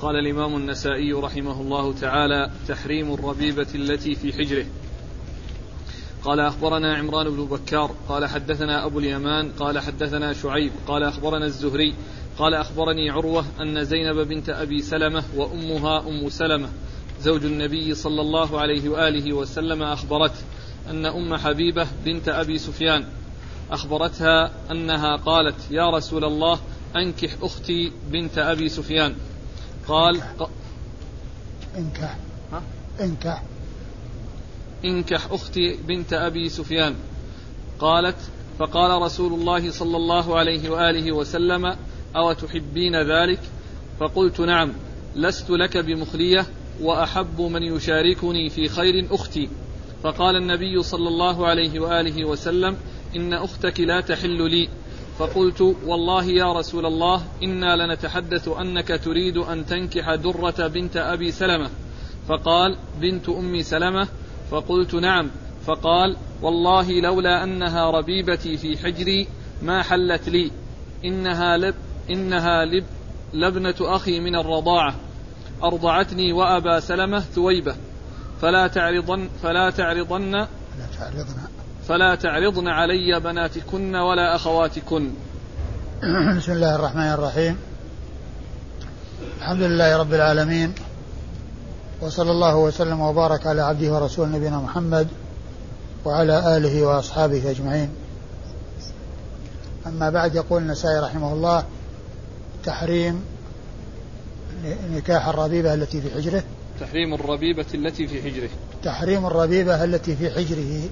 قال الإمام النسائي رحمه الله تعالى: تحريم الربيبة التي في حجره. قال أخبرنا عمران بن بكار قال حدثنا أبو اليمان قال حدثنا شعيب قال أخبرنا الزهري قال أخبرني عروة أن زينب بنت أبي سلمة وأمها أم سلمة زوج النبي صلى الله عليه وآله وسلم أخبرته أن أم حبيبة بنت أبي سفيان أخبرتها أنها قالت: يا رسول الله أنكح أختي بنت أبي سفيان. قال: انكح أختي بنت أبي سفيان. قالت: فقال رسول الله صلى الله عليه وآله وسلم: أو تحبين ذلك؟ فقلت: نعم، لست لك بمخلية، وأحب من يشاركني في خير أختي. فقال النبي صلى الله عليه وآله وسلم: إن أختك لا تحل لي. فقلت: والله يا رسول الله إنا لنتحدث أنك تريد أن تنكح درة بنت أبي سلمة. فقال: بنت أم سلمة؟ فقلت: نعم. فقال: والله لولا أنها ربيبتي في حجري ما حلت لي، إنها لابنة أخي من الرضاعة، أرضعتني وأبا سلمة ثويبة، فلا تعرضن علي بناتكن ولا أخواتكن. بسم الله الرحمن الرحيم. الحمد لله رب العالمين، وصلى الله وسلم وبارك على عبده ورسوله نبينا محمد وعلى آله وأصحابه أجمعين. أما بعد، يقول النسائي رحمه الله: تحريم نكاح الربيبة التي في حجره. تحريم الربيبة التي في حجره. تحريم الربيبة التي في حجره.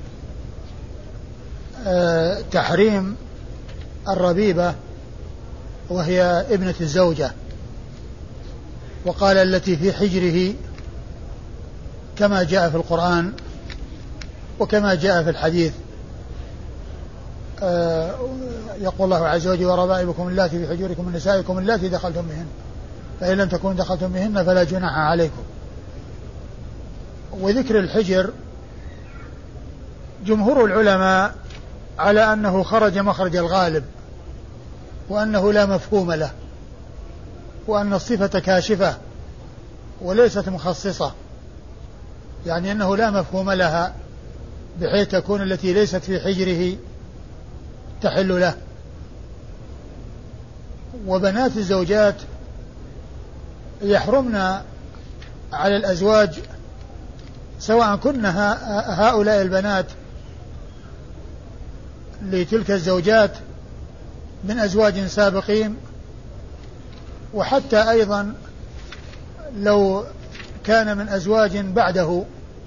تحريم الربيبة وهي ابنة الزوجة، وقال التي في حجره كما جاء في القرآن وكما جاء في الحديث. يقول الله عز وجل: وربائبكم اللاتي في حجوركم من نسائكم اللاتي دخلتم بهن فإن لم تكونوا دخلتم بهن فلا جناح عليكم. وذكر الحجر جمهور العلماء على أنه خرج مخرج الغالب، وأنه لا مفهوم له، وأن الصفة كاشفة وليست مخصصة، يعني أنه لا مفهوم لها، بحيث تكون التي ليست في حجره تحل له. وبنات الزوجات يحرمن على الأزواج، سواء كن هؤلاء البنات لتلك الزوجات من أزواج سابقين، وحتى أيضا لو كان من أزواج بعده،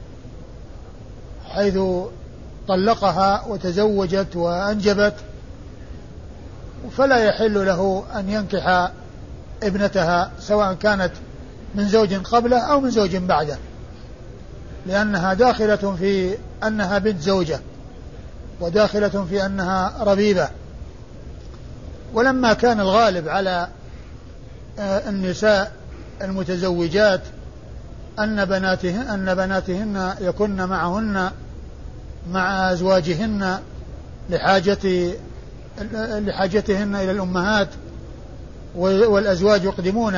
حيث طلقها وتزوجت وأنجبت، فلا يحل له أن ينكح ابنتها سواء كانت من زوج قبله أو من زوج بعده، لأنها داخلة في أنها بنت زوجة، وداخلة في أنها ربيبة. ولما كان الغالب على النساء المتزوجات أن بناتهن يكن معهن مع أزواجهن لحاجتهن إلى الأمهات، والأزواج يقدمون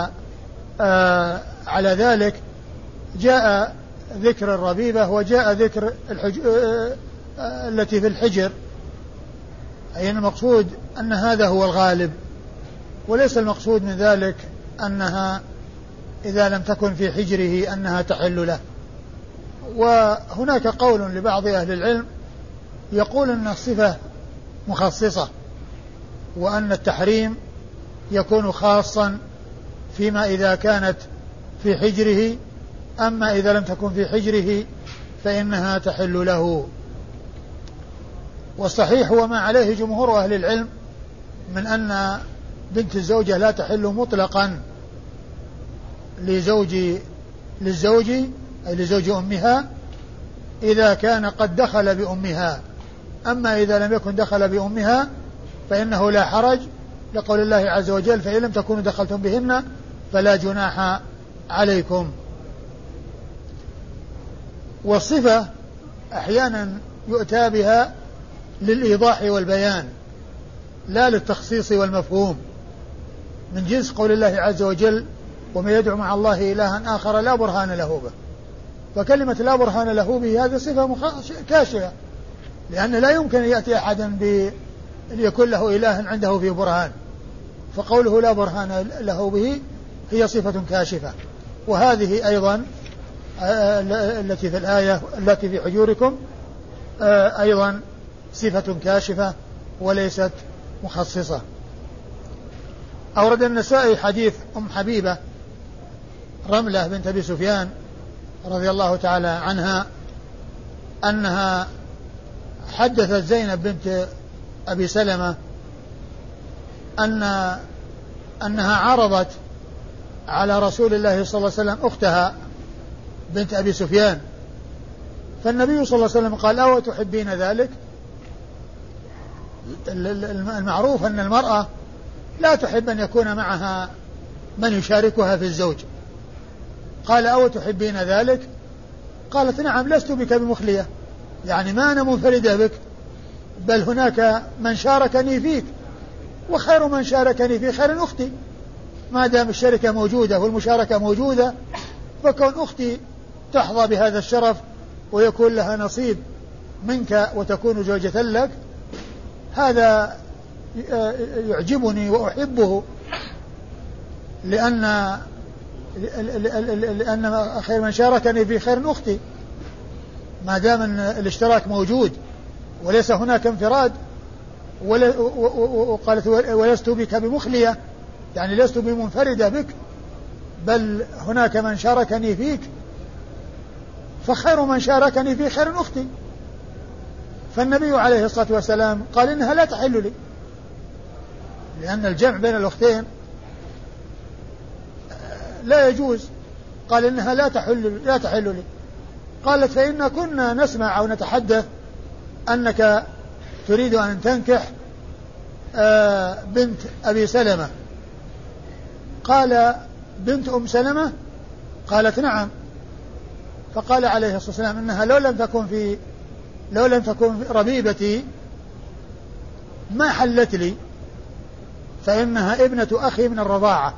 على ذلك، جاء ذكر الربيبة وجاء ذكر التي في الحجر، أي المقصود أن هذا هو الغالب، وليس المقصود من ذلك أنها إذا لم تكن في حجره أنها تحل له. وهناك قول لبعض أهل العلم يقول أن الصفة مخصصة، وأن التحريم يكون خاصا فيما إذا كانت في حجره، أما إذا لم تكن في حجره فإنها تحل له. والصحيح هو ما عليه جمهور أهل العلم من أن بنت الزوجة لا تحل مطلقا للزوج أي لزوج أمها إذا كان قد دخل بأمها، أما إذا لم يكن دخل بأمها فإنه لا حرج، لقول الله عز وجل: فإن لم تكونوا دخلتم بهن فلا جناح عليكم. والصفة أحيانا يؤتى بها للإيضاح والبيان لا للتخصيص والمفهوم، من جنس قول الله عز وجل: ومن يدعو مع الله إلها آخر لا برهان له به. فكلمة لا برهان له به هذه صفة كاشفة، لأن لا يمكن أن يأتي أحدا يكون له إله عنده فيه برهان، فقوله لا برهان له به هي صفة كاشفة. وهذه أيضا التي في الآية التي في حجوركم أيضا صفة كاشفة وليست مخصصة. أورد النسائي حديث أم حبيبة رملة بنت أبي سفيان رضي الله تعالى عنها أنها حدثت زينب بنت أبي سلمة أنها عرضت على رسول الله صلى الله عليه وسلم أختها بنت أبي سفيان، فالنبي صلى الله عليه وسلم قال: أو تحبين ذلك؟ المعروف أن المرأة لا تحب أن يكون معها من يشاركها في الزوج. قال: أو تحبين ذلك؟ قالت: نعم، لست بك بمخلية، يعني ما أنا منفردة بك، بل هناك من شاركني فيك، وخير من شاركني في خير أختي. ما دام الشركة موجودة والمشاركة موجودة، فكون أختي تحظى بهذا الشرف ويكون لها نصيب منك وتكون زوجة لك، هذا يعجبني وأحبه، لأن خير من شاركني في خير أختي، ما دام أن الاشتراك موجود وليس هناك انفراد. وقالت: ولست بك بمخلية، يعني لست بمنفردة بك، بل هناك من شاركني فيك، فخير من شاركني في خير أختي. فالنبي عليه الصلاة والسلام قال: إنها لا تحل لي، لأن الجمع بين الأختين لا يجوز. قال: إنها لا تحل لي. قالت: فإن كنا نسمع أو نتحدث أنك تريد أن تنكح بنت أبي سلمة. قال: بنت أم سلمة؟ قالت: نعم. فقال عليه الصلاة والسلام: إنها لو لم تكن ربيبتي ما حلت لي، فإنها ابنة أخي من الرضاعة،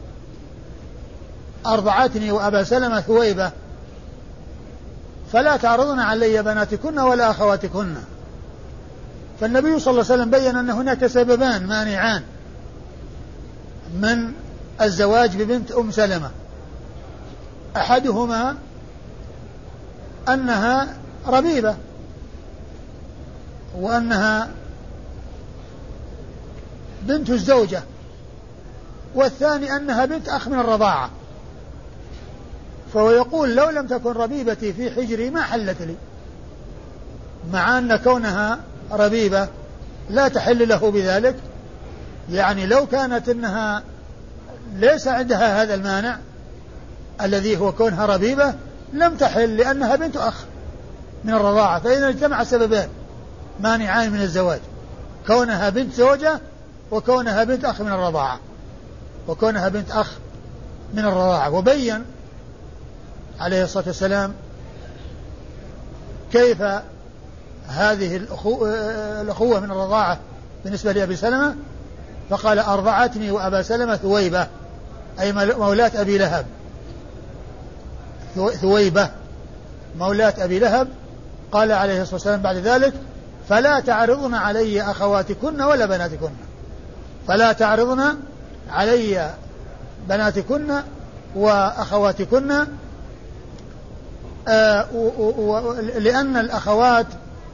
أرضعتني وأبا سلمة ثويبة، فلا تعرضن علي بناتكن ولا أخواتكن. فالنبي صلى الله عليه وسلم بيّن أن هناك سببان مانعان من الزواج ببنت أم سلمة. أحدهما أنها ربيبة، وأنها بنت الزوجة، والثاني أنها بنت أخ من الرضاعة. فهو يقول: لو لم تكن ربيبتي في حجري ما حلت لي، مع أن كونها ربيبة لا تحل له بذلك. يعني لو كانت أنها ليس عندها هذا المانع الذي هو كونها ربيبة لم تحل، لأنها بنت أخ من الرضاعة. فإذا اجتمع سببان مانعان من الزواج: كونها بنت زوجة، وكونها بنت أخ من الرضاعة، وبين عليه الصلاة والسلام كيف هذه الأخوة من الرضاعة بالنسبة لأبي سلمة. فقال: أرضعتني وأبا سلمة ثويبة، أي مولاة أبي لهب، ثويبة مولاة أبي لهب. قال عليه الصلاة والسلام بعد ذلك: فلا تعرضن علي أخواتكن ولا بناتكن، فلا تعرضن علي بناتكن وأخواتكن، لأن الأخوات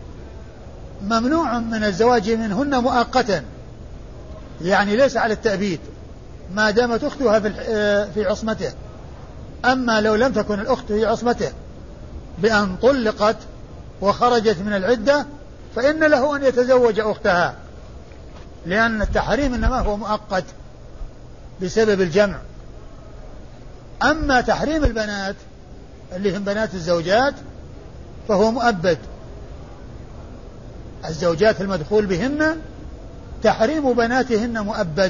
ممنوع من الزواج منهن مؤقتا، يعني ليس على التأبيد ما دامت أختها في عصمته. أما لو لم تكن الأخت في عصمته بأن طلقت وخرجت من العدة فإن له أن يتزوج أختها، لأن التحريم إنما هو مؤقت بسبب الجمع. أما تحريم البنات اللي هم بنات الزوجات فهو مؤبد، الزوجات المدخول بهن تحريم بناتهن مؤبد.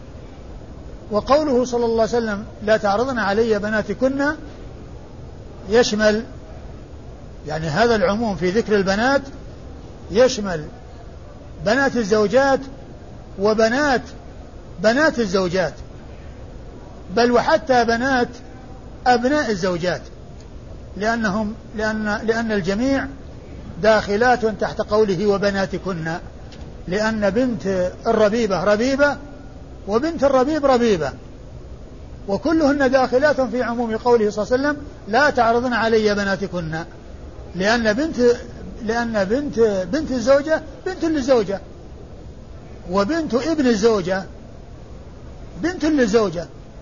وقوله صلى الله عليه وسلم: لا تعرضن علي بناتكن، يشمل يعني هذا العموم في ذكر البنات يشمل بنات الزوجات وبنات الزوجات، بل وحتى بنات أبناء الزوجات، لأن الجميع داخلات تحت قوله وبناتكن، لأن بنت الربيبة ربيبة وبنت الربيب ربيبة، وكلهن داخلات في عموم قوله صلى الله عليه وسلم لا تعرضن علي بناتكن، لأن بنت الزوجة بنت للزوجة، وبنت ابن الزوجة بنت للزوجة،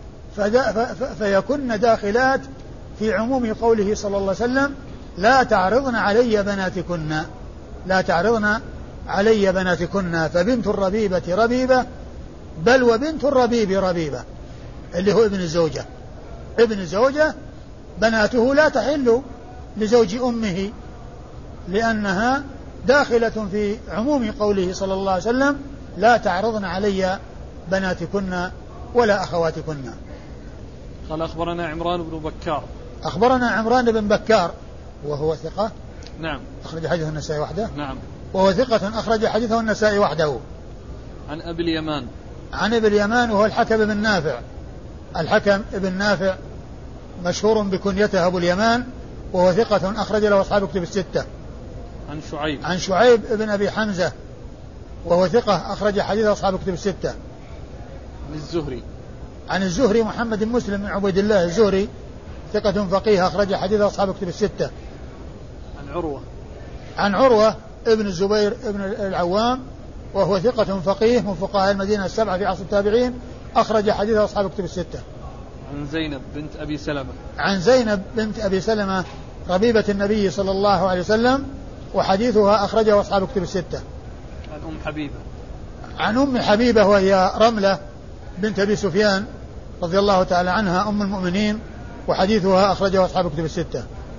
فيكن داخلات في عموم قوله صلى الله عليه وسلم لا تعرضن علي بناتكن، لا تعرضن علي بناتكن، فبنت الربيبة ربيبة، بل وبنت الربيب ربيبة اللي هو ابن الزوجة. ابن الزوجة بناته لا تحل لزوج أمه، لأنها داخلة في عموم قوله صلى الله عليه وسلم لا تعرضن علي بناتكن ولا أخواتكن. قال أخبرنا عمران بن بكار. أخبرنا عمران بن بكار وهو ثقة. نعم. أخرج حديثه النسائي وحده. نعم. وهو ثقة أخرج حديثه النسائي وحده. عن أبي اليمان. عن أبي اليمان وهو الحكم بن نافع. الحكم بن نافع مشهور بكنيته أبو اليمان، وهو ثقة أخرج له أصحاب كتب الستة. عن شعيب. عن شعيب بن أبي حمزة وهو ثقة أخرج حديث أصحاب كتب الستة. عن الزهري. عن الزهري محمد بن مسلم بن عبيد الله الزهري ثقة فقيه أخرج حديث أصحاب كتب الستة. عن عروة. عن عروة ابن الزبير ابن العوام وهو ثقة فقيه من فقهاء المدينة السبعة في عصر التابعين أخرج حديث أصحاب كتب الستة. عن زينب بنت أبي سلمة. عن زينب بنت أبي سلمة ربيبة النبي صلى الله عليه وسلم وحديثها أخرجه أصحاب كتب الستة. عن أم حبيبة. عن أم حبيبة وهي رملة بنت أبي سفيان رضي الله تعالى عنها أم المؤمنين وحديثها أخرجه أصحاب كتب الستة.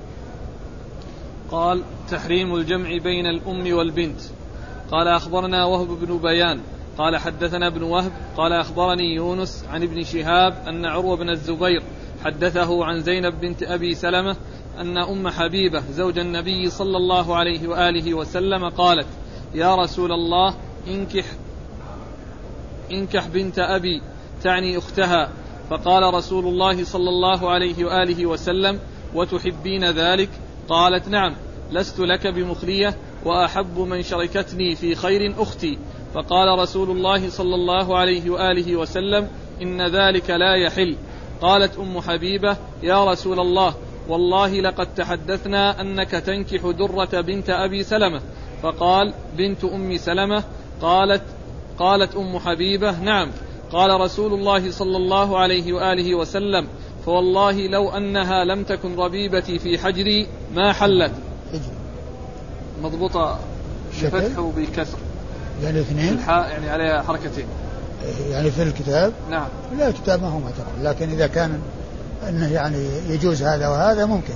قال تحريم الجمع بين الأم والبنت. قال أخبرنا وهب بن بيان قال حدثنا ابن وهب قال أخبرني يونس عن ابن شهاب أن عروة بن الزبير حدثه عن زينب بنت أبي سلمة أن أم حبيبة زوج النبي صلى الله عليه وآله وسلم قالت يا رسول الله انكح بنت أبي، تعني أختها، فقال رسول الله صلى الله عليه وآله وسلم وتحبين ذلك؟ قالت نعم، لست لك بمخلية وأحب من شركتني في خير أختي. فقال رسول الله صلى الله عليه وآله وسلم إن ذلك لا يحل. قالت أم حبيبة يا رسول الله والله لقد تحدثنا أنك تنكح درة بنت أبي سلمة. فقال بنت أم سلمة. قالت أم حبيبة نعم. قال رسول الله صلى الله عليه وآله وسلم فوالله لو أنها لم تكن ربيبتي في حجري ما حلت. مضبوطة بفتح وبكسر يعني اثنين الحاء يعني عليها حركتين يعني في الكتاب. نعم. لا الكتاب ما هو معتبر، لكن إذا كان أنه يعني يجوز هذا وهذا ممكن.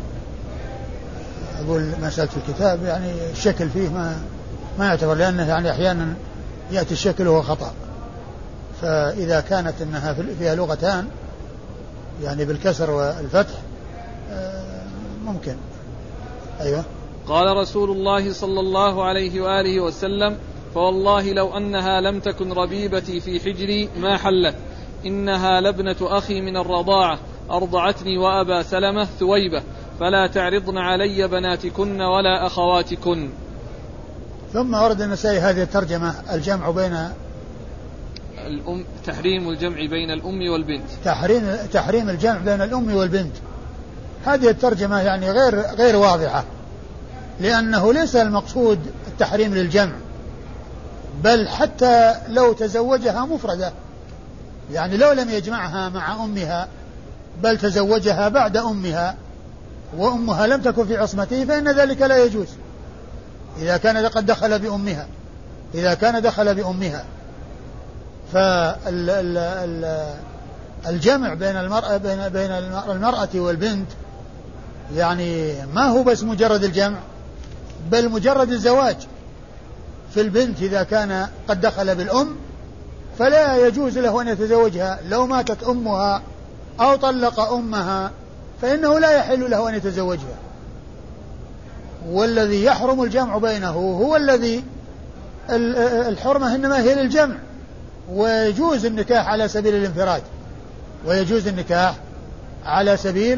أقول مسألة الكتاب يعني الشكل فيه ما يعتبر، لأنه يعني أحيانا يأتي الشكل وهو خطأ، فإذا كانت أنها فيها لغتان يعني بالكسر والفتح ممكن. أيوة. قال رسول الله صلى الله عليه وآله وسلم فوالله لو أنها لم تكن ربيبتي في حجري ما حلت، إنها لابنة أخي من الرضاعة أرضعتني وأبا سلمة ثويبة، فلا تعرضن علي بناتكن ولا أخواتكن. ثم ورد النسائي هذه الترجمة الجمع بين تحريم الجمع بين الأم والبنت. تحريم الجمع بين الأم والبنت. هذه الترجمة يعني غير واضحة، لأنه ليس المقصود التحريم للجمع، بل حتى لو تزوجها مفردة، يعني لو لم يجمعها مع أمها بل تزوجها بعد أمها وأمها لم تكن في عصمته فإن ذلك لا يجوز إذا كان قد دخل بأمها. إذا كان دخل بأمها فالجمع بين المرأة والبنت يعني ما هو بس مجرد الجمع، بل مجرد الزواج. في البنت إذا كان قد دخل بالأم فلا يجوز له أن يتزوجها، لو ماتت أمها أو طلق أمها فإنه لا يحل له أن يتزوجها. والذي يحرم الجمع بينه هو الذي الحرمة إنما هي للجمع، ويجوز النكاح على سبيل الانفراد، ويجوز النكاح على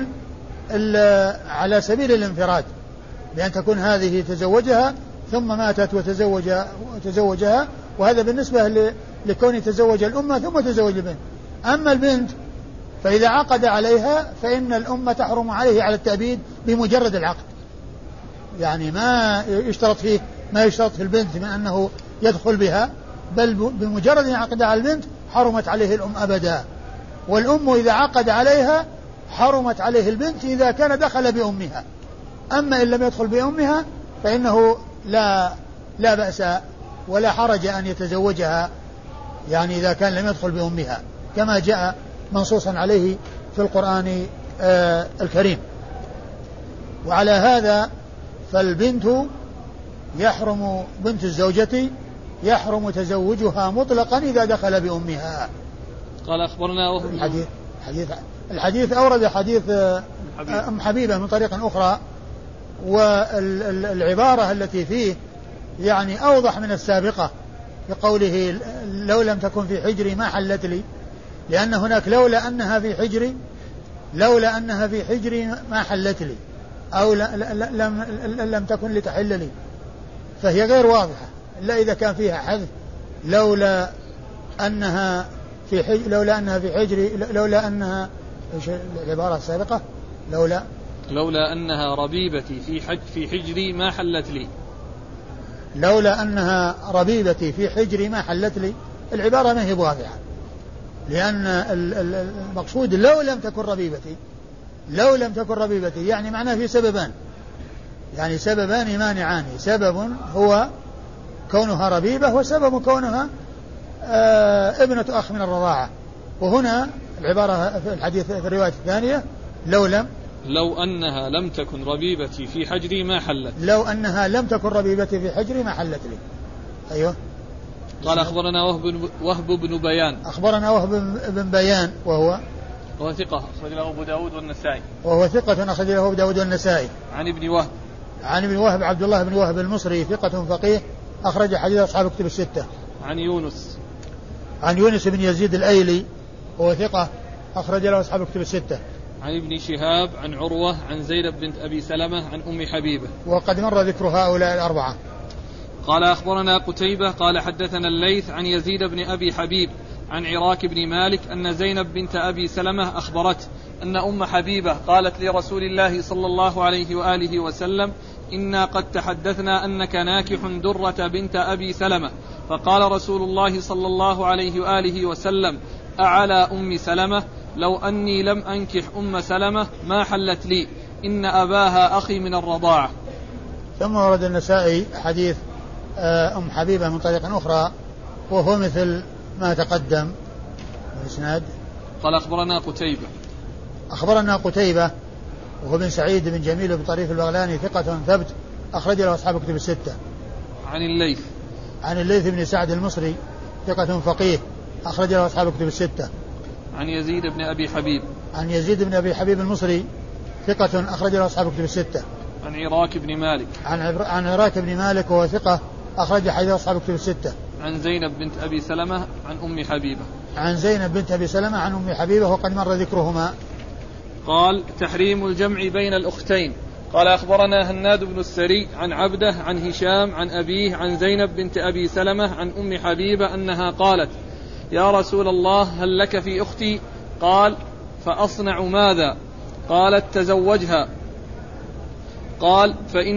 سبيل الانفراد، بأن تكون هذه تزوجها ثم ماتت وتزوجها، وهذا بالنسبة لكون يتزوج الأمة ثم تزوج البنت. أما البنت فإذا عقد عليها فإن الأمة تحرم عليه على التأبيد بمجرد العقد، يعني ما يشترط فيه ما يشترط في البنت من أنه يدخل بها، بل بمجرد أن يعقد على البنت حرمت عليه الأم أبدا. والأم إذا عقد عليها حرمت عليه البنت إذا كان دخل بأمها. أما إن لم يدخل بأمها فإنه لا بأس ولا حرج أن يتزوجها، يعني إذا كان لم يدخل بأمها، كما جاء منصوصا عليه في القرآن الكريم. وعلى هذا فالبنت يحرم، بنت الزوجة يحرم تزوجها مطلقا إذا دخل بأمها. قال أخبرنا الحديث أورد حديث أم حبيبة من طريق أخرى، والعبارة التي فيه يعني أوضح من السابقة بقوله لو لم تكن في حجري ما حلت لي، لأن هناك لولا أنها في حجري ما حلت لي، أو لم تكن لتحل لي، فهي غير واضحة إلا إذا كان فيها حذف لولا أنها في حجري، لولا أنها العبارة السابقة لولا أنها ربيبتي في حجري ما حلت لي، لولا أنها ربيبتي في حجري ما حلت لي. العبارة ما هي واضحة، لأن المقصود لو لم تكن ربيبتي يعني معناه في سببان، يعني سببان مانعان، سبب هو كونها ربيبة، وسبب كونها ابنة أخ من الرضاعة. وهنا العبارة في الحديث في الرواية الثانية لو أنها لم تكن ربيبتي في حجري ما حلت، لو أنها لم تكن ربيبتي في حجري ما حلت لي. أيوه. قال أخبرنا وهب بن بيان، أخبرنا وهب بن بيان وهو ثقة أخرج له أبو داود والنسائي، وهو ثقة أخرج له أبو داود والنسائي. عن ابن وهب عبد الله بن وهب المصري ثقة فقيه أخرج حديث أصحاب كتب الستة. عن يونس بن يزيد الأيلي وهو ثقة أخرج له أصحاب كتب الستة. عن ابن شهاب عن عروة عن زينب بنت أبي سلمة عن أم حبيبة. وقد مر ذكر هؤلاء الأربعة. قال أخبرنا قتيبة قال حدثنا الليث عن يزيد بن أبي حبيب عن عراك بن مالك أن زينب بنت أبي سلمة أخبرت أن أم حبيبة قالت لرسول الله صلى الله عليه وآله وسلم إنا قد تحدثنا أنك ناكح درة بنت أبي سلمة، فقال رسول الله صلى الله عليه وآله وسلم أعلى أم سلمة لو أني لم أنكح أم سلمة ما حلت لي، إن أباها أخي من الرضاعة. ثم ورد النسائي حديث أم حبيبة من طريق أخرى وهو مثل ما تقدم الإسناد. قال أخبرنا قتيبة وهو بن سعيد بن جميل بن طريف البغلاني ثقة ثبت أخرج له أصحاب كتب الستة. عن الليث بن سعد المصري ثقة فقيه أخرج له أصحاب كتب الستة. عن يزيد بن أبي حبيب المصري ثقة أخرج له أصحاب كتب الستة. عن عراك بن مالك وهو ثقة أخرج حديث أصحاب كتب الستة. عن زينب بنت أبي سلمة عن أم حبيبة وقد مر ذكرهما. قال تحريم الجمع بين الأختين. قال أخبرنا هناد بن السري عن عبده عن هشام عن أبيه عن زينب بنت أبي سلمة عن أم حبيبة أنها قالت يا رسول الله هل لك في أختي؟ قال فأصنع ماذا؟ قالت تزوجها. قال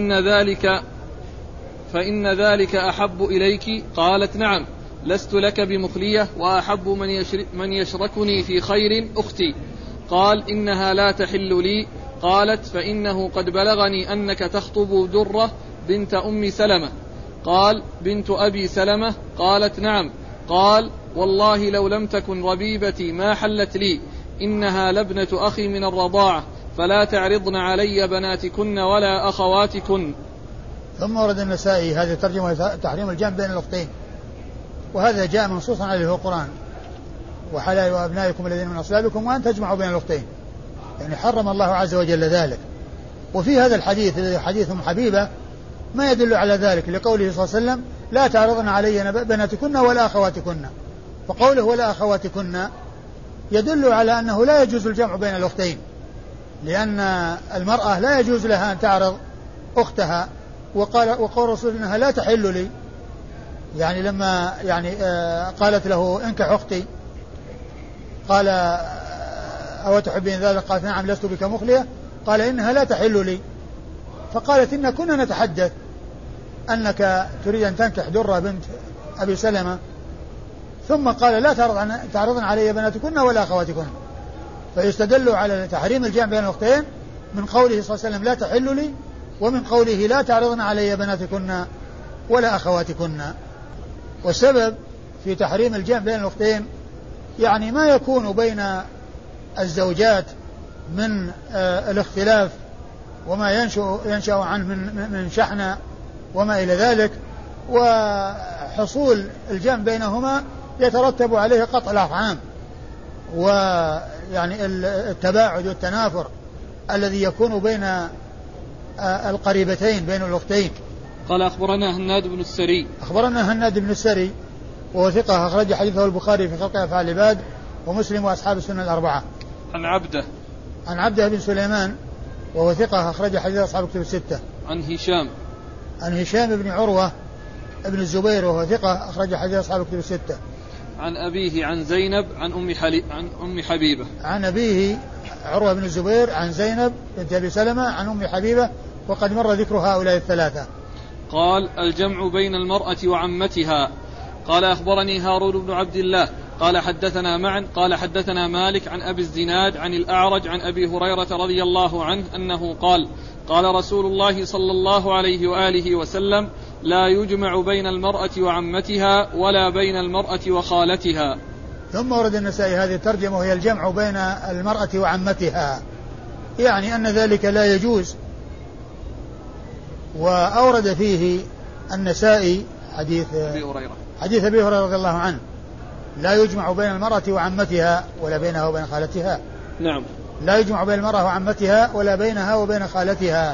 فإن ذلك أحب إليك؟ قالت نعم، لست لك بمخلية وأحب من يشركني في خير أختي. قال إنها لا تحل لي. قالت فإنه قد بلغني أنك تخطب درة بنت أم سلمة. قال بنت أبي سلمة؟ قالت نعم. قال والله لو لم تكن ربيبتي ما حلت لي، إنها لابنة أخي من الرضاعة، فلا تعرضن علي بناتكن ولا أخواتكن. ثم ورد النسائي هذه ترجمة تحريم الجمع بين الأختين، وهذا جاء منصوصا عليه في القرآن وحلال أبنائكم الذين من أصلابكم وأن تجمعوا بين الأختين، يعني حرم الله عز وجل ذلك. وفي هذا الحديث حديث حبيبة ما يدل على ذلك لقوله صلى الله عليه وسلم لا تعرضن علي بناتكن ولا أخواتكن، فقوله ولا أخواتكن يدل على أنه لا يجوز الجمع بين الأختين، لأن المرأة لا يجوز لها أن تعرض أختها، وقال رسول أنها لا تحل لي، يعني لما يعني قالت له انكح أختي، قال أو تحبين ذلك؟ قالت نعم لست بك مخلية، قال إنها لا تحل لي، فقالت إن كنا نتحدث أنك تريد أن تنكح درة بنت أبي سلمة، ثم قال لا تعرضن علي بناتكن ولا أخواتكن، فيستدل على تحريم الجمع بين الأختين من قوله صلى الله عليه وسلم لا تحل لي، ومن قوله لا تعرضن علي بناتكن ولا أخواتكن. والسبب في تحريم الجمع بين الأختين يعني ما يكون بين الزوجات من الاختلاف وما ينشأ عنه من شحنة وما إلى ذلك، وحصول الجمع بينهما يترتب عليه قطع الأرحام ويعني التباعد والتنافر الذي يكون بين القريبتين بين الأختين. قال أخبرنا هناد بن السري. أخبرنا هناد بن السري وهو ثقة أخرج حديثه البخاري في خلق أفعال العباد ومسلم وأصحاب السنة الأربعة. عن عبده بن سليمان وهو ثقة أخرج حديث أصحاب الكتب الستة. عن هشام بن عروة ابن الزبير وهو ثقة أخرج حديث أصحاب الكتب الستة. عن أبيه عن زينب عن أم حبيبة. عن أبيه عروة بن الزبير عن زينب بنت أبي سلمة عن أم حبيبة، وقد مر ذكر هؤلاء الثلاثة. قال الجمع بين المرأة وعمتها. قال أخبرني هارون بن عبد الله قال حدثنا معا قال حدثنا مالك عن أبي الزناد عن الأعرج عن أبي هريرة رضي الله عنه أنه قال قال رسول الله صلى الله عليه وآله وسلم لا يجمع بين المرأة وعمتها ولا بين المرأة وخالتها. ثم ورد النسائي هذه الترجمة وهي الجمع بين المرأة وعمتها، يعني أن ذلك لا يجوز. وأورد فيه النسائي حديث أبي هريرة رضي الله عنه لا يجمع بين المرأة وعمتها ولا بينها وبين خالتها. نعم. لا يجمع بين المرأة وعمتها ولا بينها وبين خالتها،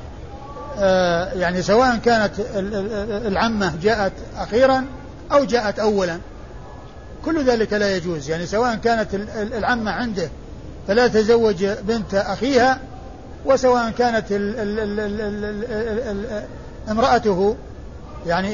يعني سواء كانت العمة جاءت أخيرا أو جاءت أولا كل ذلك لا يجوز، يعني سواء كانت العمة عنده فلا تزوج بنت أخيها، وسواء كانت امرأته يعني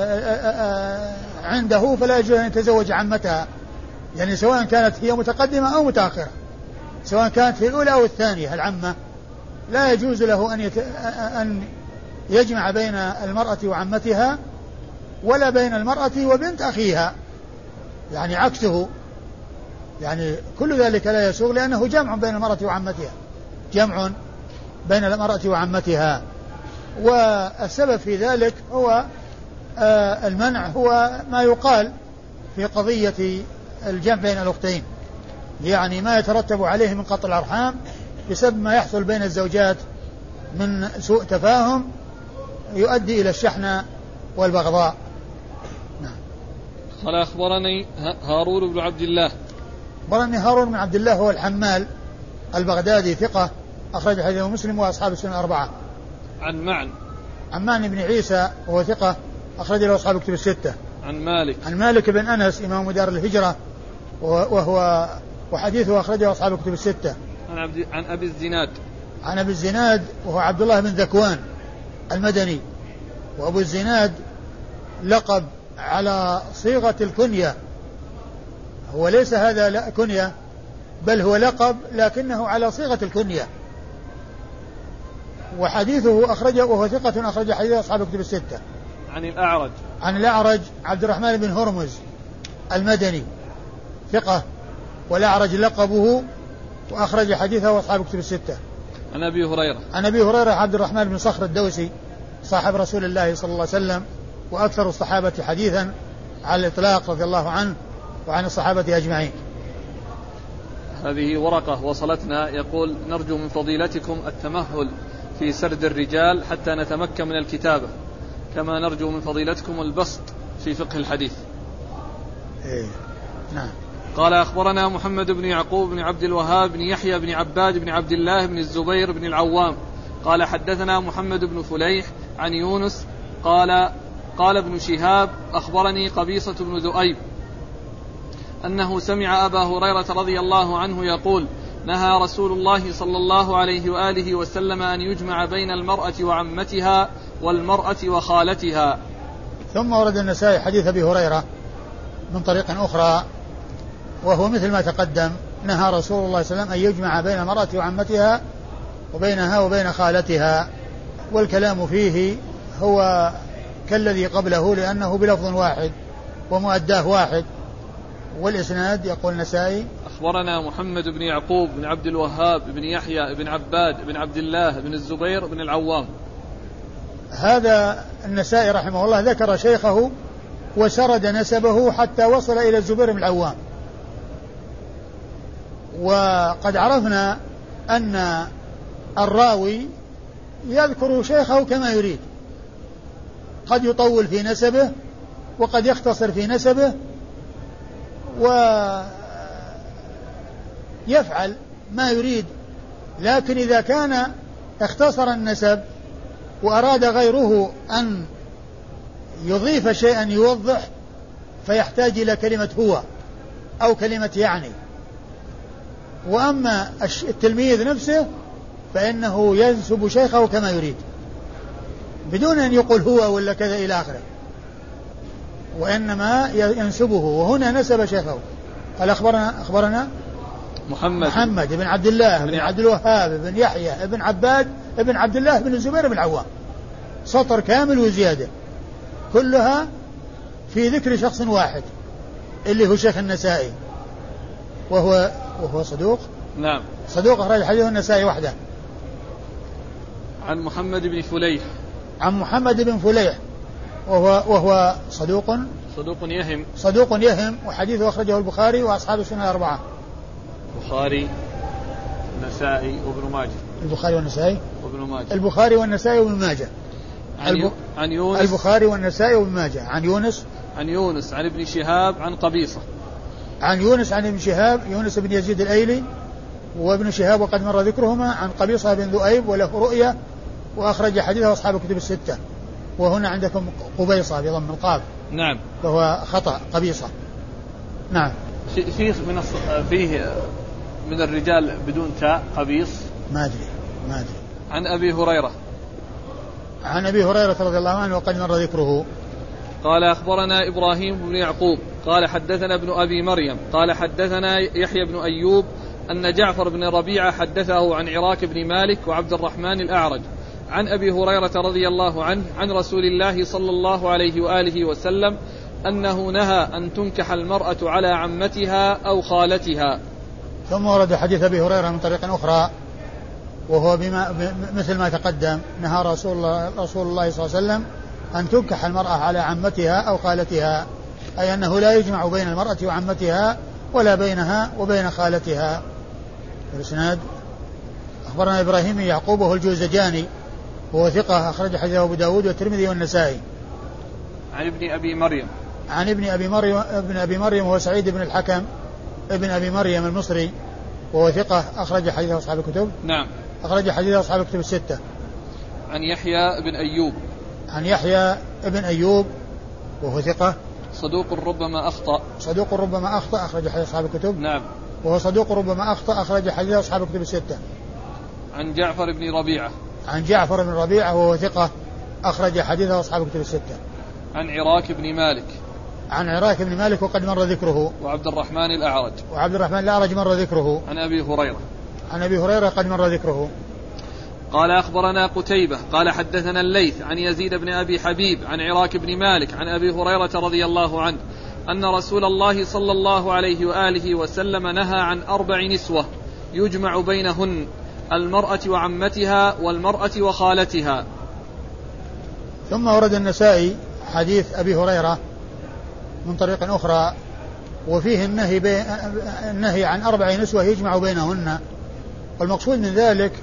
عنده فلا يجوز أن يتزوج عمتها، يعني سواء كانت هي متقدمة أو متأخرة، سواء كانت في الأولى أو الثانية العمة لا يجوز له أن يجمع بين المرأة وعمتها ولا بين المرأة وبنت أخيها، يعني عكسه، يعني كل ذلك لا يسوغ لأنه جمع بين المرأة وعمتها، جمع بين المرأة وعمتها. والسبب في ذلك هو المنع، هو ما يقال في قضية الجمع بين الأختين، يعني ما يترتب عليه من قطع الأرحام بسبب ما يحصل بين الزوجات من سوء تفاهم يؤدي إلى الشحنة والبغضاء. نعم. قال أخبرني هارون بن عبد الله. أخبرني هارون بن عبد الله هو الحمال البغدادي ثقة أخرج حديثه مسلم وأصحاب السنة الأربعة. عن معن بن عيسى وهو ثقة أخرج له أصحاب الكتب الستة. عن مالك بن أنس إمام دار الهجرة وهو وحديثه أخرجه أصحاب الكتب الستة. عن أبي الزناد. عن أبي الزناد وهو عبد الله بن ذكوان المدني، وأبو الزناد لقب على صيغة الكنية، هو ليس هذا كنية بل هو لقب لكنه على صيغة الكنية، وحديثه أخرجه وهو ثقة أخرج حديث أصحاب الكتب الستة. عن الأعرج عبد الرحمن بن هرمز المدني ثقة، والأعرج لقبه وأخرج حديثه أصحاب الكتب الستة. عن أبي هريرة عبد الرحمن بن صخر الدوسي صاحب رسول الله صلى الله عليه وسلم وأكثر الصحابة حديثا على الإطلاق رضي الله عنه وعن الصحابة أجمعين. هذه ورقة وصلتنا يقول نرجو من فضيلتكم التمهل في سرد الرجال حتى نتمكن من الكتابة، كما نرجو من فضيلتكم البسط في فقه الحديث. نعم. قال أخبرنا محمد بن يعقوب بن عبد الوهاب بن يحيى بن عباد بن عبد الله بن الزبير بن العوام قال حدثنا محمد بن فليح عن يونس قال ابن شهاب أخبرني قبيصة بن ذؤيب أنه سمع أبا هريرة رضي الله عنه يقول: نهى رسول الله صلى الله عليه وآله وسلم أن يجمع بين المرأة وعمتها والمرأة وخالتها. ثم ورد النسائي حديث أبي هريرة من طريق أخرى وهو مثل ما تقدم: نهى رسول الله صلى الله عليه وسلم أن يجمع بين المرأة وعمتها وبينها وبين خالتها، والكلام فيه هو كالذي قبله لأنه بلفظ واحد ومؤداه واحد. والإسناد يقول النسائي: أخبرنا محمد بن يعقوب بن عبد الوهاب بن يحيى بن عباد بن عبد الله بن الزبير بن العوام. هذا النسائي رحمه الله ذكر شيخه وسرد نسبه حتى وصل إلى الزبير بن العوام. وقد عرفنا أن الراوي يذكر شيخه كما يريد، قد يطول في نسبه وقد يختصر في نسبه ويفعل ما يريد، لكن إذا كان اختصر النسب وأراد غيره أن يضيف شيئا يوضح فيحتاج إلى كلمة هو أو كلمة يعني. وأما التلميذ نفسه فإنه ينسب شيخه كما يريد بدون أن يقول هو ولا كذا إلى آخره، وإنما ينسبه. وهنا نسب شيخه قال: أخبرنا محمد بن عبد الله بن عبد الوهاب بن يحيى بن عباد بن عبد الله بن الزبير بن العوام، سطر كامل وزيادة كلها في ذكر شخص واحد اللي هو شيخ النسائي، وهو صدوق. نعم، صدوق أخرج حديثه النسائي وحده. عن محمد بن فليح. عن محمد بن فليح وهو صدوق يهم وحديثه أخرجه البخاري وأصحاب السنة الأربعة. البخاري والنسائي وابن ماجه. البخاري والنسائي وابن ماجه. البخاري والنسائي وابن ماجه. عن يونس. البخاري والنسائي وابن ماجه. عن يونس عن ابن شهاب عن قبيصة. عن يونس عن ابن شهاب يونس بن يزيد الأيلي وابن شهاب وقد مر ذكرهما. عن قبيصة بن ذؤيب وله رؤية وأخرج حديثه أصحاب الكتب الستة. وهنا عندكم قبيصة بضم القاف. نعم، فهو خطأ قبيصة. نعم. فيه من الرجال بدون تاء قبيص. ما أدري. عن أبي هريرة. عن أبي هريرة رضي الله عنه وقد مر ذكره. قال: أخبرنا إبراهيم بن يعقوب قال حدثنا ابن أبي مريم قال حدثنا يحيى بن أيوب أن جعفر بن ربيعة حدثه عن عراك بن مالك وعبد الرحمن الأعرج عن أبي هريرة رضي الله عنه عن رسول الله صلى الله عليه وآله وسلم أنه نهى أن تنكح المرأة على عمتها أو خالتها. ثم ورد حديث أبي هريرة من طريق أخرى وهو مثل ما تقدم: نهى رسول الله صلى الله عليه وسلم أن تنكح المرأة على عمتها أو خالتها، أي أنه لا يجمع بين المرأة وعمتها ولا بينها وبين خالتها. الإسناد: أخبرنا إبراهيم بن يعقوب وهو الجوزجاني وهو ثقة أخرج حديثه أبو داود والترمذي والنسائي. عن ابن أبي مريم. عن ابن أبي مريم وهو سعيد بن الحكم ابن أبي مريم المصري وهو ثقة أخرج حديثه أصحاب الكتب. نعم، أخرج حديثه أصحاب الكتب الستة. عن يحيى بن أيوب. عن يحيى بن أيوب وهو ثقة صدوق ربما أخطأ أخرج حديث أصحاب الكتب. نعم، وهو صدوق ربما أخطأ أخرج حديث أصحاب الكتب الستة. عن جعفر بن ربيعة وهو ثقة أخرج حديثه أصحاب الكتب الستة. عن عراك بن مالك وقد مر ذكره. وعبد الرحمن الأعرج مر ذكره. عن أبي هريرة قد مر ذكره. قال: أخبرنا قتيبة قال حدثنا الليث عن يزيد بن أبي حبيب عن عراك بن مالك عن أبي هريرة رضي الله عنه أن رسول الله صلى الله عليه وآله وسلم نهى عن 4 نسوة يجمع بينهن: المرأة وعمتها والمرأة وخالتها. ثم ورد النسائي حديث أبي هريرة من طريق أخرى وفيه النهي عن 4 نسوة يجمع بينهن، والمقصود من ذلك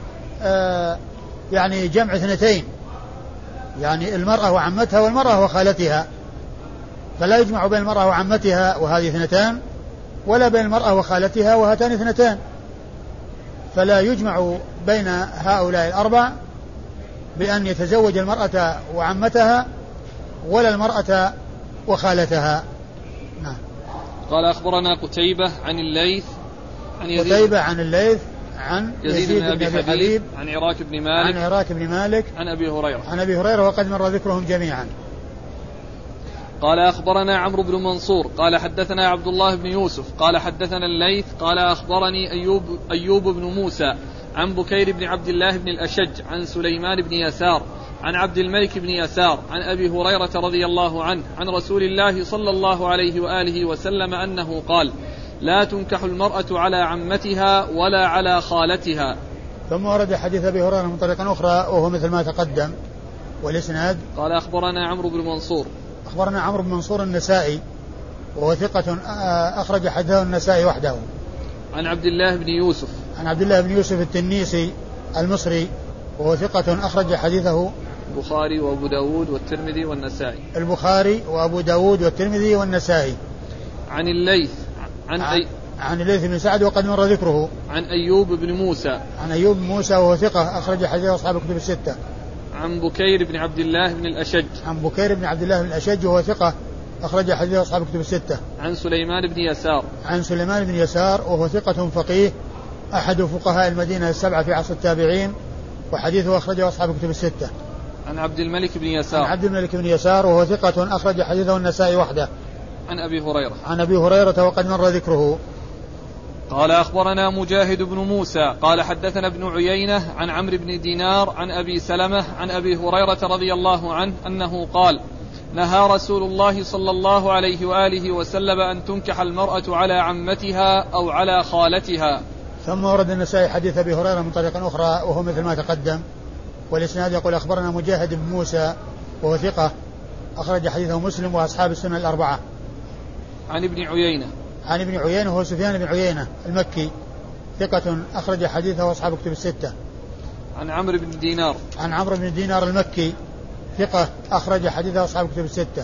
يعني جمع 2، يعني المرأة وعمتها والمرأة وخالتها، فلا يجمع بين المرأة وعمتها وهذه 2 ولا بين المرأة وخالتها وهاتان 2، فلا يجمع بين هؤلاء 4 بأن يتزوج المرأة وعمتها ولا المرأة وخالتها. نعم. قال أخبرنا قتيبة عن الليث عن الليث عن يزيد بن أبي حبيب عن عراك بن مالك عن أبي هريرة وقد مر ذكرهم جميعا. قال أخبرنا عمرو بن منصور قال حدثنا عبد الله بن يوسف قال حدثنا الليث قال أخبرني أيوب بن موسى عن بكير بن عبد الله بن الأشج عن سليمان بن يسار عن عبد الملك بن يسار عن أبي هريرة رضي الله عنه عن رسول الله صلى الله عليه وآله وسلم أنه قال: لا تنكح المرأة على عمتها ولا على خالتها. ثم ورد حديث أبي هريرة من طريقة أخرى وهو مثل ما تقدم، والإسناد قال أخبرنا عمرو بن منصور النسائي وهو ثقة أخرج حديثه النسائي وحده. عن عبد الله بن يوسف التنيسي المصري وهو ثقة أخرج حديثه البخاري وأبو داود والترمذي والنسائي. عن الليث عن الليث بن سعد وقد مر ذكره. عن أيوب بن موسى وهو ثقة أخرج حديثه أصحاب الكتب الستة. عن بكير بن عبد الله بن الأشج وهو ثقة أخرج حديثه أصحاب الكتب الستة. عن سليمان بن يسار وهو ثقة فقيه أحد فقهاء المدينة السبعة في عصر التابعين وحديثه أخرجه أصحاب الكتب الستة. عن عبد الملك بن يسار وهو ثقة أخرج حديثه النسائي وحده. عن أبي هريرة وقد مر ذكره. قال أخبرنا مجاهد بن موسى قال حدثنا ابن عيينة عن عمرو بن دينار عن أبي سلمة عن أبي هريرة رضي الله عنه أنه قال: نهى رسول الله صلى الله عليه وآله وسلم أن تنكح المرأة على عمتها أو على خالتها. ثم ورد النسائي حديث أبي هريرة من طريق أخرى وهو مثل ما تقدم، والإسناد يقول أخبرنا مجاهد بن موسى وهو ثقة أخرج حديثه مسلم وأصحاب السنن الأربعة. عن ابن عيينة وهو سفيان بن عيينة المكي ثقة أخرج حديثه أصحاب الكتب الستة. عن عمرو بن دينار المكي ثقة أخرج حديثه أصحاب الكتب الستة.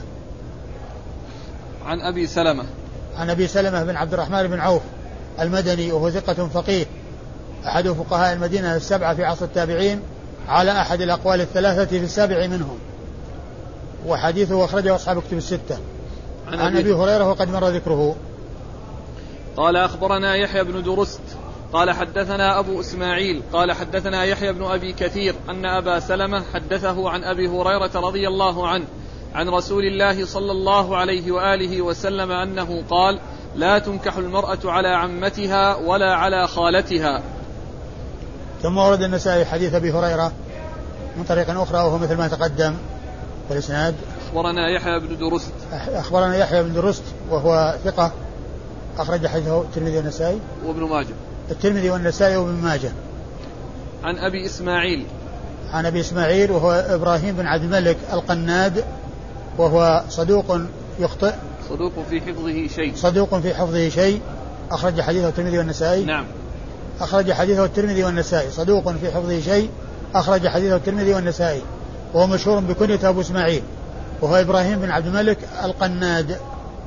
عن أبي سلمة بن عبد الرحمن بن عوف المدني وهو ثقة فقيه أحد فقهاء المدينة السبعة في عصر التابعين على أحد الأقوال الثلاثة في السابع منهم، وحديثه أخرجه أصحاب الكتب الستة. عن أبي هريرة وقد مر ذكره. قال أخبرنا يحيى بن درست قال حدثنا أبو إسماعيل قال حدثنا يحيى بن أبي كثير أن أبا سلمة حدثه عن أبي هريرة رضي الله عنه عن رسول الله صلى الله عليه وآله وسلم أنه قال: لا تنكح المرأة على عمتها ولا على خالتها. ثم ورد النسائي حديث أبي هريرة من طريق أخرى وهو مثل ما تقدم، والإسناد أخبرنا يحيى بن درست وهو ثقة أخرج حديثه الترمذي والنسائي وابن ماجه. عن أبي إسماعيل وهو إبراهيم بن عبد الملك القناد وهو صدوق يخطئ صدوق في حفظه شيء أخرج حديثه الترمذي والنسائي. نعم. أخرج حديثه الترمذي والنسائي، صدوق في حفظه شيء أخرج حديثه الترمذي والنسائي، وهو مشهور بكنية أبو إسماعيل وهو إبراهيم بن عبد الملك القناد.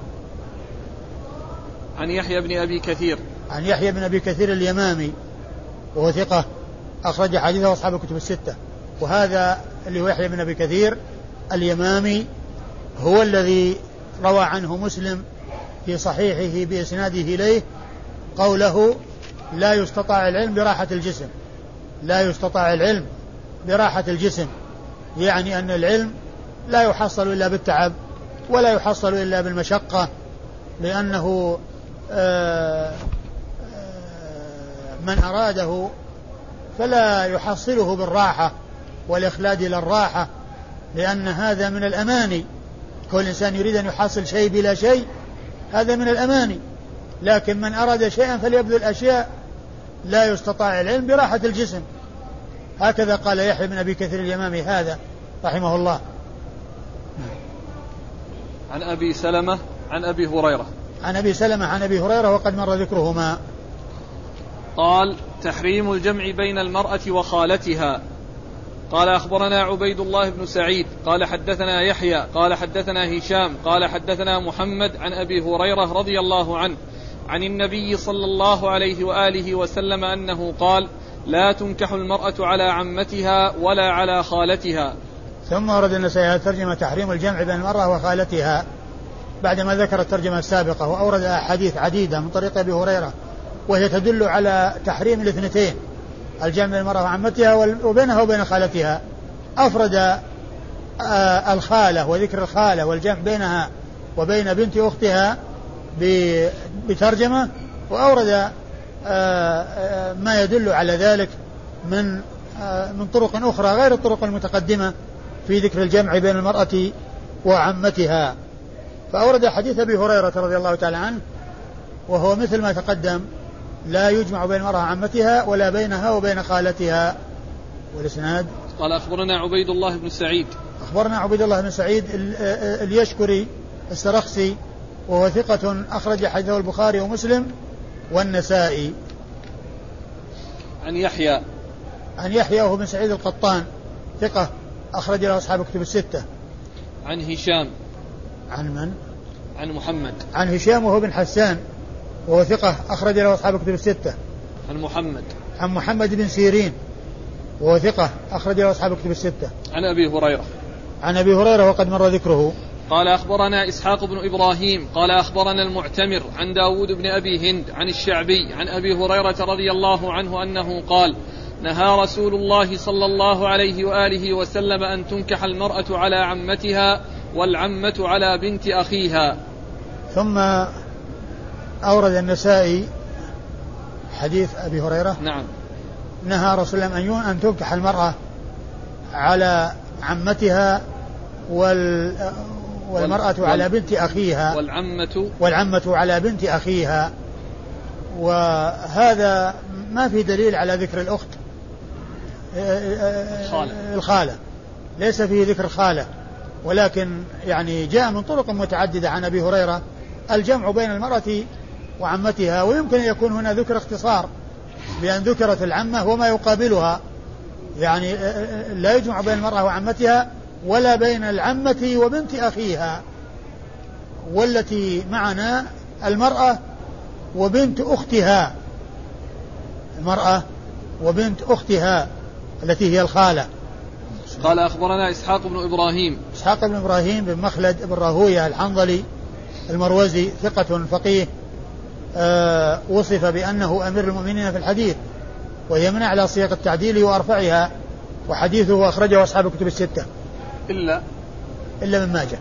عن يحيى بن أبي كثير اليمامي وهو ثقة أخرج حديثه أصحاب الكتب الستة. وهذا اللي هو يحيى بن أبي كثير اليمامي هو الذي روى عنه مسلم في صحيحه بإسناده إليه قوله: لا يستطاع العلم براحة الجسم، يعني أن العلم لا يحصل إلا بالتعب ولا يحصل إلا بالمشقة، لأنه من أراده فلا يحصله بالراحة والإخلاد إلى الراحة، لأن هذا من الأماني. كل إنسان يريد أن يحصل شيء بلا شيء، هذا من الأماني. لكن من أراد شيئا فليبذل أشياء. لا يستطاع العلم براحة الجسم. هكذا قال يحيى بن أبي كثير اليمامي هذا رحمه الله. عن أبي سلمة عن أبي هريرة وقد مر ذكرهما. قال: تحريم الجمع بين المرأة وخالتها. قال أخبرنا عبيد الله بن سعيد قال حدثنا يحيى قال حدثنا هشام قال حدثنا محمد عن أبي هريرة رضي الله عنه عن النبي صلى الله عليه وآله وسلم أنه قال: لا تنكح المرأة على عمتها ولا على خالتها. ثم ورد النسائي ترجمة تحريم الجمع بين المرأة وخالتها، بعدما ذكر الترجمة السابقة وأورد أحاديث عديدة من طريق أبي هريرة وهي تدل على تحريم الاثنتين، الجمع بين المرأة وعمتها وبينها وبين خالتها، أفرد الخالة وذكر الخالة والجمع بينها وبين بنت أختها بترجمة، وأورد ما يدل على ذلك من طرق أخرى غير الطرق المتقدمة في ذكر الجمع بين المرأة وعمتها. فأورد حديث أبي هريرة رضي الله تعالى عنه وهو مثل ما تقدم، لا يجمع بين المرأة وعمتها ولا بينها وبين خالتها. والإسناد قال أخبرنا عبيد الله بن سعيد، أخبرنا عبيد الله بن سعيد اليشكري السرخسي وهو ثقة أخرج حديثه البخاري ومسلم والنسائي. عن يحيى وهو بن سعيد القطان ثقة أخرج له أصحاب كتب الستة. عن هشام. عن من؟ عن محمد. عن هشام وهو بن حسان وهو ثقة أخرج له أصحاب كتب الستة. عن محمد بن سيرين وهو ثقة أخرج له أصحاب كتب الستة. عن أبي هريرة وقد مر ذكره. قال أخبرنا إسحاق بن إبراهيم قال أخبرنا المعتمر عن داود بن أبي هند عن الشعبي عن أبي هريرة رضي الله عنه أنه قال: نهى رسول الله صلى الله عليه وآله وسلم أن تنكح المرأة على عمتها والعمة على بنت أخيها. ثم أورد النسائي حديث أبي هريرة. نعم. نهى رسول الله أن تنكح المرأة على عمتها والمرأة على بنت أخيها والعمة على بنت أخيها. وهذا ما في دليل على ذكر الأخت الخالة، ليس فيه ذكر الخالة، ولكن يعني جاء من طرق متعددة عن أبي هريرة الجمع بين المرأة وعمتها، ويمكن أن يكون هنا ذكر اختصار بأن ذكرت العمة وما يقابلها، يعني لا يجمع بين المرأة وعمتها ولا بين العمة وبنت أخيها، والتي معنا المرأة وبنت أختها، المرأة وبنت أختها التي هي الخالة. قال أخبرنا إسحاق بن إبراهيم بن مخلد بن راهوية الحنظلي المروزي ثقة فقيه، وصف بأنه أمير المؤمنين في الحديث، وهي من أعلى صيغ التعديل وأرفعها، وحديثه أخرجه أصحاب الكتب الستة إلا من ماجه.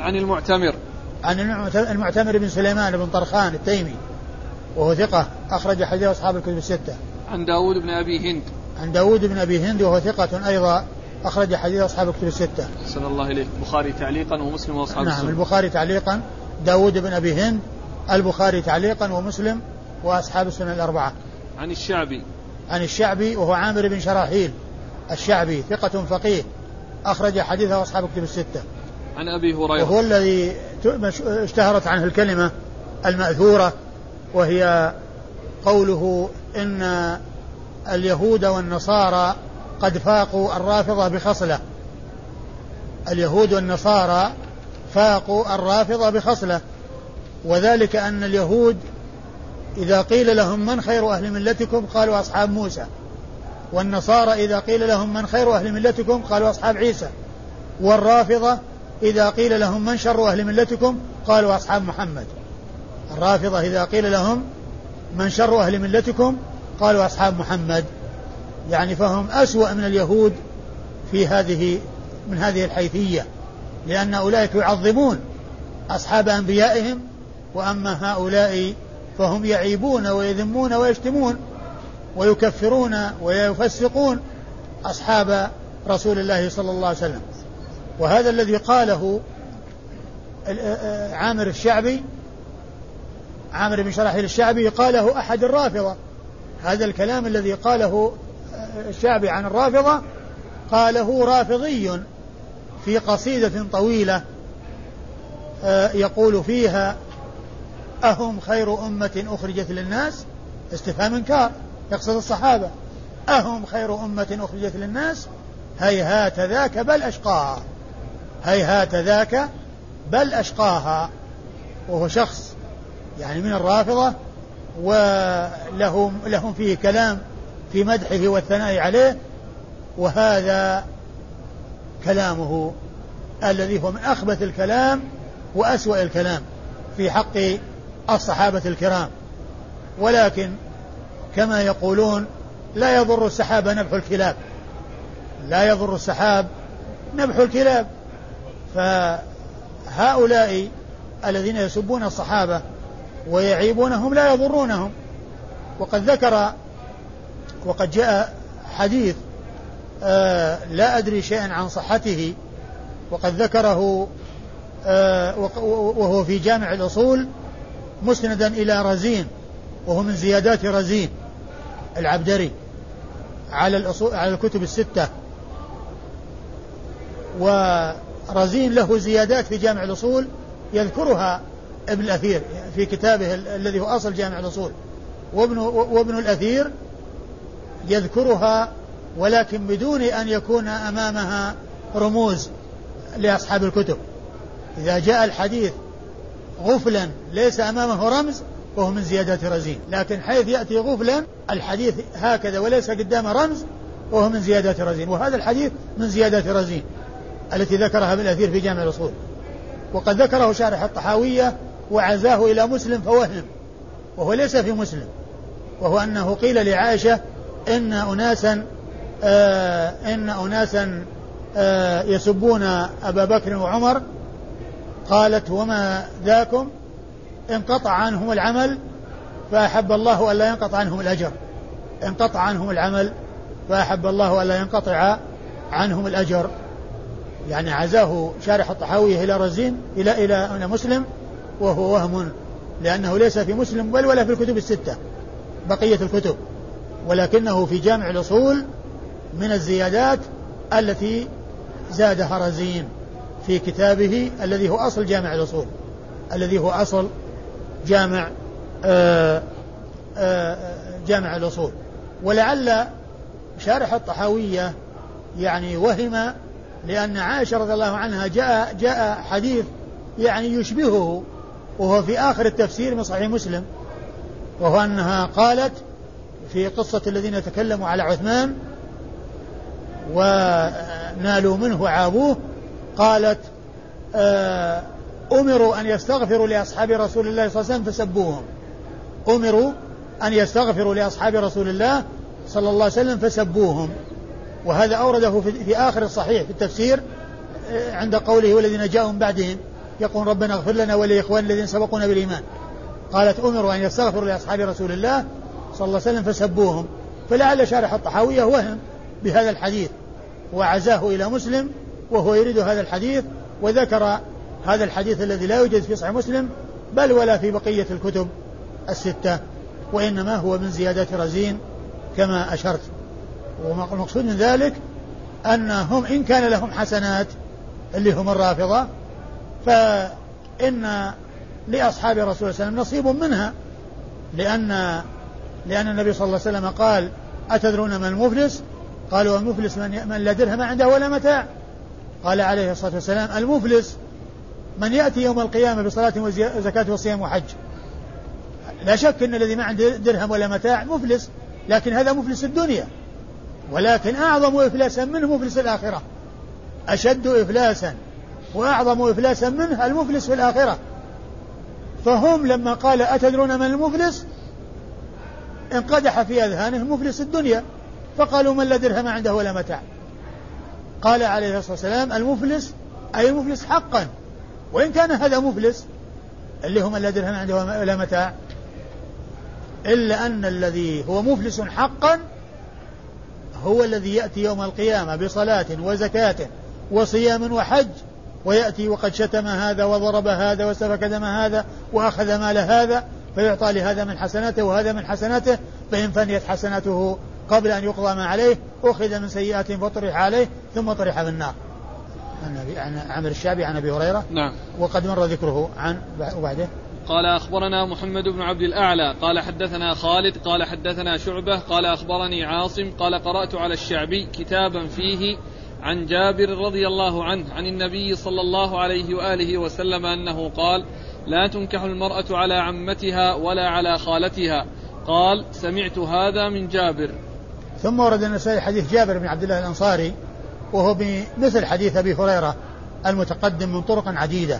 عن المعتمر بن سليمان بن طرخان التيمي وهو ثقة أخرج حديث أصحاب الكتب الستة. عن داود بن أبي هند وهو ثقة أيضا أخرج حديث أصحاب الكتب الستة. صلى الله عليه. البخاري تعليقا ومسلم وأصحاب السنن. نعم، البخاري تعليقا، داود بن أبي هند، البخاري تعليقا ومسلم وأصحاب السنن الأربعة. عن الشعبي وهو عامر بن شراحيل الشعبي ثقة فقيه أخرج حديثه أصحاب الكتب الستة. عن أبي هريرة وهو الذي اشتهرت عنه الكلمة المأثورة، وهي قوله إن اليهود والنصارى قد فاقوا الرافضة بخصلة. اليهود والنصارى فاقوا الرافضة بخصلة، وذلك أن اليهود إذا قيل لهم من خير أهل ملتكم قالوا أصحاب موسى، والنصارى إذا قيل لهم من خير أهل ملتكم قالوا أصحاب عيسى، والرافضة إذا قيل لهم من شر أهل ملتكم قالوا أصحاب محمد. الرافضة إذا قيل لهم من شر أهل ملتكم قالوا أصحاب محمد، يعني فهم أسوأ من اليهود من هذه الحيثية، لأن أولئك يعظمون أصحاب أنبيائهم، وأما هؤلاء فهم يعيبون ويذمون ويشتمون ويكفرون ويفسقون أصحاب رسول الله صلى الله عليه وسلم. وهذا الذي قاله عامر بن شراحيل الشعبي قاله أحد الرافضة. هذا الكلام الذي قاله الشعبي عن الرافضة قاله رافضي في قصيدة طويلة يقول فيها: أهم خير أمة أخرجت للناس؟ استفهام إنكار، يقصد الصحابة. أهم خير أمة أخرجت للناس؟ هيهات ذاك بل أشقاها. هيهات ذاك بل أشقاها. وهو شخص يعني من الرافضة، ولهم فيه كلام في مدحه والثناء عليه، وهذا كلامه الذي هو من أخبث الكلام وأسوأ الكلام في حق الصحابة الكرام. ولكن كما يقولون لا يضر السحاب نبح الكلاب، لا يضر السحاب نبح الكلاب. فهؤلاء الذين يسبون الصحابة ويعيبونهم لا يضرونهم. وقد جاء حديث لا أدري شيئا عن صحته، وقد ذكره وهو في جامع الأصول مسندا إلى رزين، وهو من زيادات رزين العبدري على الكتب الستة. ورزين له زيادات في جامع الأصول يذكرها ابن الأثير في كتابه الذي هو أصل جامع الأصول، وابن الأثير يذكرها ولكن بدون أن يكون أمامها رموز لأصحاب الكتب. إذا جاء الحديث غفلا ليس أمامه رمز وهو من زيادات رزين، لكن حيث يأتي غفلا الحديث هكذا وليس قدام رمز وهو من زيادات رزين. وهذا الحديث من زيادات رزين التي ذكرها ابن الأثير في جامع الأصول. وقد ذكره شارح الطحاوية وعزاه إلى مسلم فوهم، وهو ليس في مسلم، وهو أنه قيل لعائشة إن أناسا يسبون أبا بكر وعمر، قالت وما ذاكم؟ انقطع عنهم العمل فأحب الله ألا ينقطع عنهم الأجر. انقطع عنهم العمل فأحب الله ألا ينقطع عنهم الأجر. يعني عزاه شارح الطحاوية إلى رزين إلى مسلم، وهو وهم، لأنه ليس في مسلم بل ولا في الكتب الستة بقية الكتب، ولكنه في جامع الأصول من الزيادات التي زادها رزين في كتابه الذي هو أصل جامع الأصول، الذي هو أصل جامع الأصول. ولعل شارح الطحاوية يعني وهم، لأن عائشة رضي الله عنها جاء حديث يعني يشبهه، وهو في آخر التفسير من صحيح مسلم، وهو أنها قالت في قصة الذين تكلموا على عثمان ونالوا منه وعابوه، قالت أمروا أن يستغفروا لأصحاب رسول الله صلى الله عليه وسلم فسبوهم. أمروا أن يستغفروا لأصحاب رسول الله صلى الله عليه وسلم فسبوهم. وهذا أورده في آخر الصحيح في التفسير عند قوله والذين جاءوا من بعدهم يقول ربنا اغفر لنا ولإخوان الذين سبقونا بالإيمان. قالت أمروا أن يستغفروا لأصحاب رسول الله صلى الله عليه وسلم فسبوهم. فلعل شارح الطحاوية وهم بهذا الحديث وعزاه إلى مسلم وهو يريد هذا الحديث، وذكر هذا الحديث الذي لا يوجد في صحيح مسلم بل ولا في بقية الكتب الستة، وإنما هو من زيادات رزين كما أشرت. والمقصود من ذلك أنهم إن كان لهم حسنات اللي هم الرافضة، فإن لأصحاب رسول الله صلى الله عليه وسلم نصيب منها، لأن النبي صلى الله عليه وسلم قال أتدرون من المفلس؟ قالوا المفلس من لا درهم عنده ولا متاع. قال عليه الصلاة والسلام المفلس من يأتي يوم القيامة بصلاة وزكاة وصيام وحج. لا شك أن الذي ما عنده درهم ولا متاع مفلس، لكن هذا مفلس الدنيا، ولكن أعظم إفلاسا منه مفلس الآخرة، أشد إفلاسا وأعظم إفلاسا منه المفلس في الآخرة. فهم لما قال أتدرون من المفلس انقدح في أذهانهم مفلس الدنيا، فقالوا من لا درهم عنده ولا متاع. قال عليه الصلاة والسلام المفلس أي المفلس حقا، وإن كان هذا مفلس اللي هم لا درهم عنده ولا متاع، إلا أن الذي هو مفلس حقا هو الذي يأتي يوم القيامة بصلاة وزكاة وصيام وحج، ويأتي وقد شتم هذا وضرب هذا وسفك دم هذا وأخذ مال هذا، فيعطى لهذا من حسناته وهذا من حسناته، فإن فنيت حسناته قبل أن يقضى ما عليه أخذ من سيئات فطرح عليه ثم طرح في النار. عن عامر الشعبي عن أبي هريرة. نعم. وقد مر ذكره وبعده. قال أخبرنا محمد بن عبد الأعلى قال حدثنا خالد قال حدثنا شعبة قال أخبرني عاصم قال قرأت على الشعبي كتابا فيه عن جابر رضي الله عنه عن النبي صلى الله عليه وآله وسلم أنه قال لا تنكح المرأة على عمتها ولا على خالتها. قال سمعت هذا من جابر. ثم ورد النسائي حديث جابر بن عبد الله الأنصاري، وهو بمثل حديث أبي هريرة المتقدم من طرق عديدة،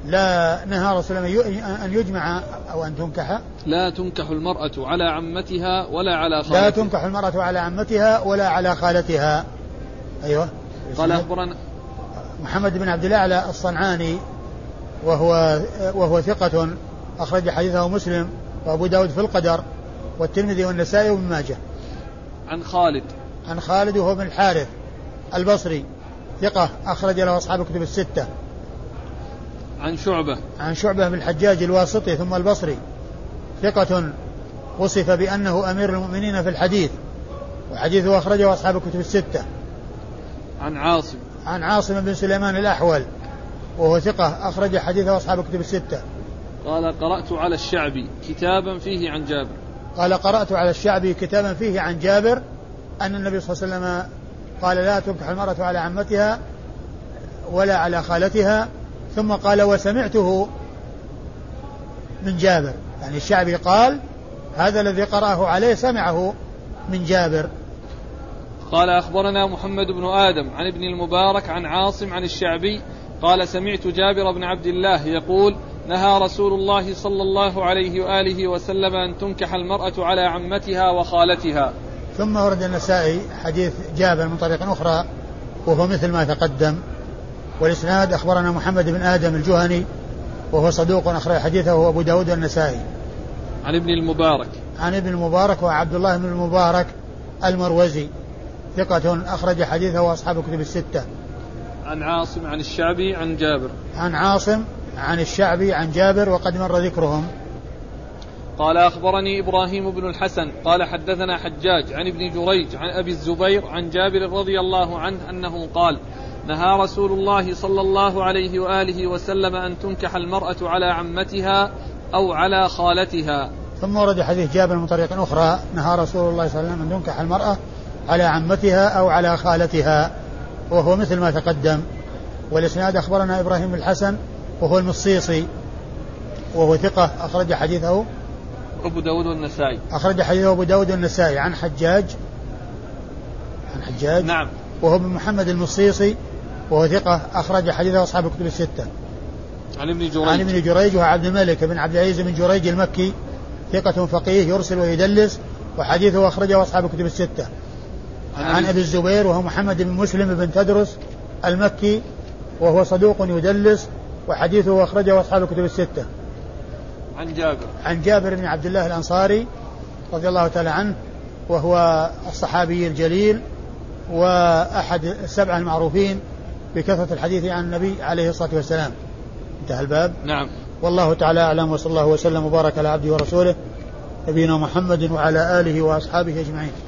لا نهى رسول الله أن يجمع أو أن تنكح. لا تنكح المرأة على عمتها ولا على خالتها. لا تنكح المرأة على عمتها ولا على خالتها. أيوة. قال أخبرنا محمد بن عبد الأعلى الصنعاني وهو ثقة أخرج حديثه مسلم وأبو داود في القدر والترمذي والنسائي وابن ماجه. عن خالد وهو بن الحارث البصري ثقة أخرج له أصحاب الكتب الستة. عن شعبة بن الحجاج الواسطي ثم البصري ثقة وصف بأنه أمير المؤمنين في الحديث وحديثه أخرجه أصحاب الكتب الستة. عن عاصم بن سليمان الأحول وهو ثقة أخرج حديثه أصحاب الكتب الستة. قال قرأت على الشعبي كتابا فيه عن جابر. قال قرأت على الشعبي كتابا فيه عن جابر أن النبي صلى الله عليه وسلم قال لا تنكح المرأة على عمتها ولا على خالتها، ثم قال وسمعته من جابر، يعني الشعبي قال هذا الذي قرأه عليه سمعه من جابر. قال أخبرنا محمد بن آدم عن ابن المبارك عن عاصم عن الشعبي قال سمعت جابر بن عبد الله يقول نهى رسول الله صلى الله عليه وآله وسلم أن تنكح المرأة على عمتها وخالتها. ثم ورد النسائي حديث جابر من طريق أخرى وهو مثل ما تقدم، والإسناد أخبرنا محمد بن آدم الجهني وهو صدوق أخرج حديثه وأبو داود والنسائي. عن ابن المبارك وعبد الله بن المبارك المروزي ثقة أخرج حديثه وأصحاب الكتب الستة. عن عاصم عن الشعبي عن جابر. عن عاصم عن الشعبي عن جابر وقد مر ذكرهم. قال أخبرني إبراهيم بن الحسن قال حدثنا حجاج عن ابن جريج عن أبي الزبير عن جابر رضي الله عنه أنه قال نهى رسول الله صلى الله عليه وآله وسلم أن تنكح المرأة على عمتها أو على خالتها. ثم ورد حديث جابر من طريق أخرى نهى رسول الله صلى الله عليه وسلم أن تنكح المرأة على عمتها أو على خالتها وهو مثل ما تقدم. والإسناد أخبرنا إبراهيم بن الحسن وهو المصيصي وهو ثقة أخرج حديثه أبو داود والنسائي. أخرج حديثه أبو داود والنسائي عن حجاج نعم وهو بن محمد المصيصي وهو ثقة أخرج حديثه أصحاب الكتب الستة. عن ابن جريج وهو عبد الملك بن عبد العزيز بن جريج المكي ثقة فقيه يرسل ويدلس وحديثه أخرجه أصحاب الكتب الستة. عن أبي الزبير وهو محمد بن مسلم بن تدرس المكي وهو صدوق يدلس وحديثه أخرجه أصحاب الكتب الستة. عن جابر بن عبد الله الأنصاري رضي الله تعالى عنه وهو الصحابي الجليل وأحد السبعة المعروفين بكثرة الحديث عن النبي عليه الصلاة والسلام. انتهى الباب. نعم. والله تعالى أعلم وصلى الله وسلم وبارك على عبده ورسوله نبينا محمد وعلى آله وأصحابه أجمعين.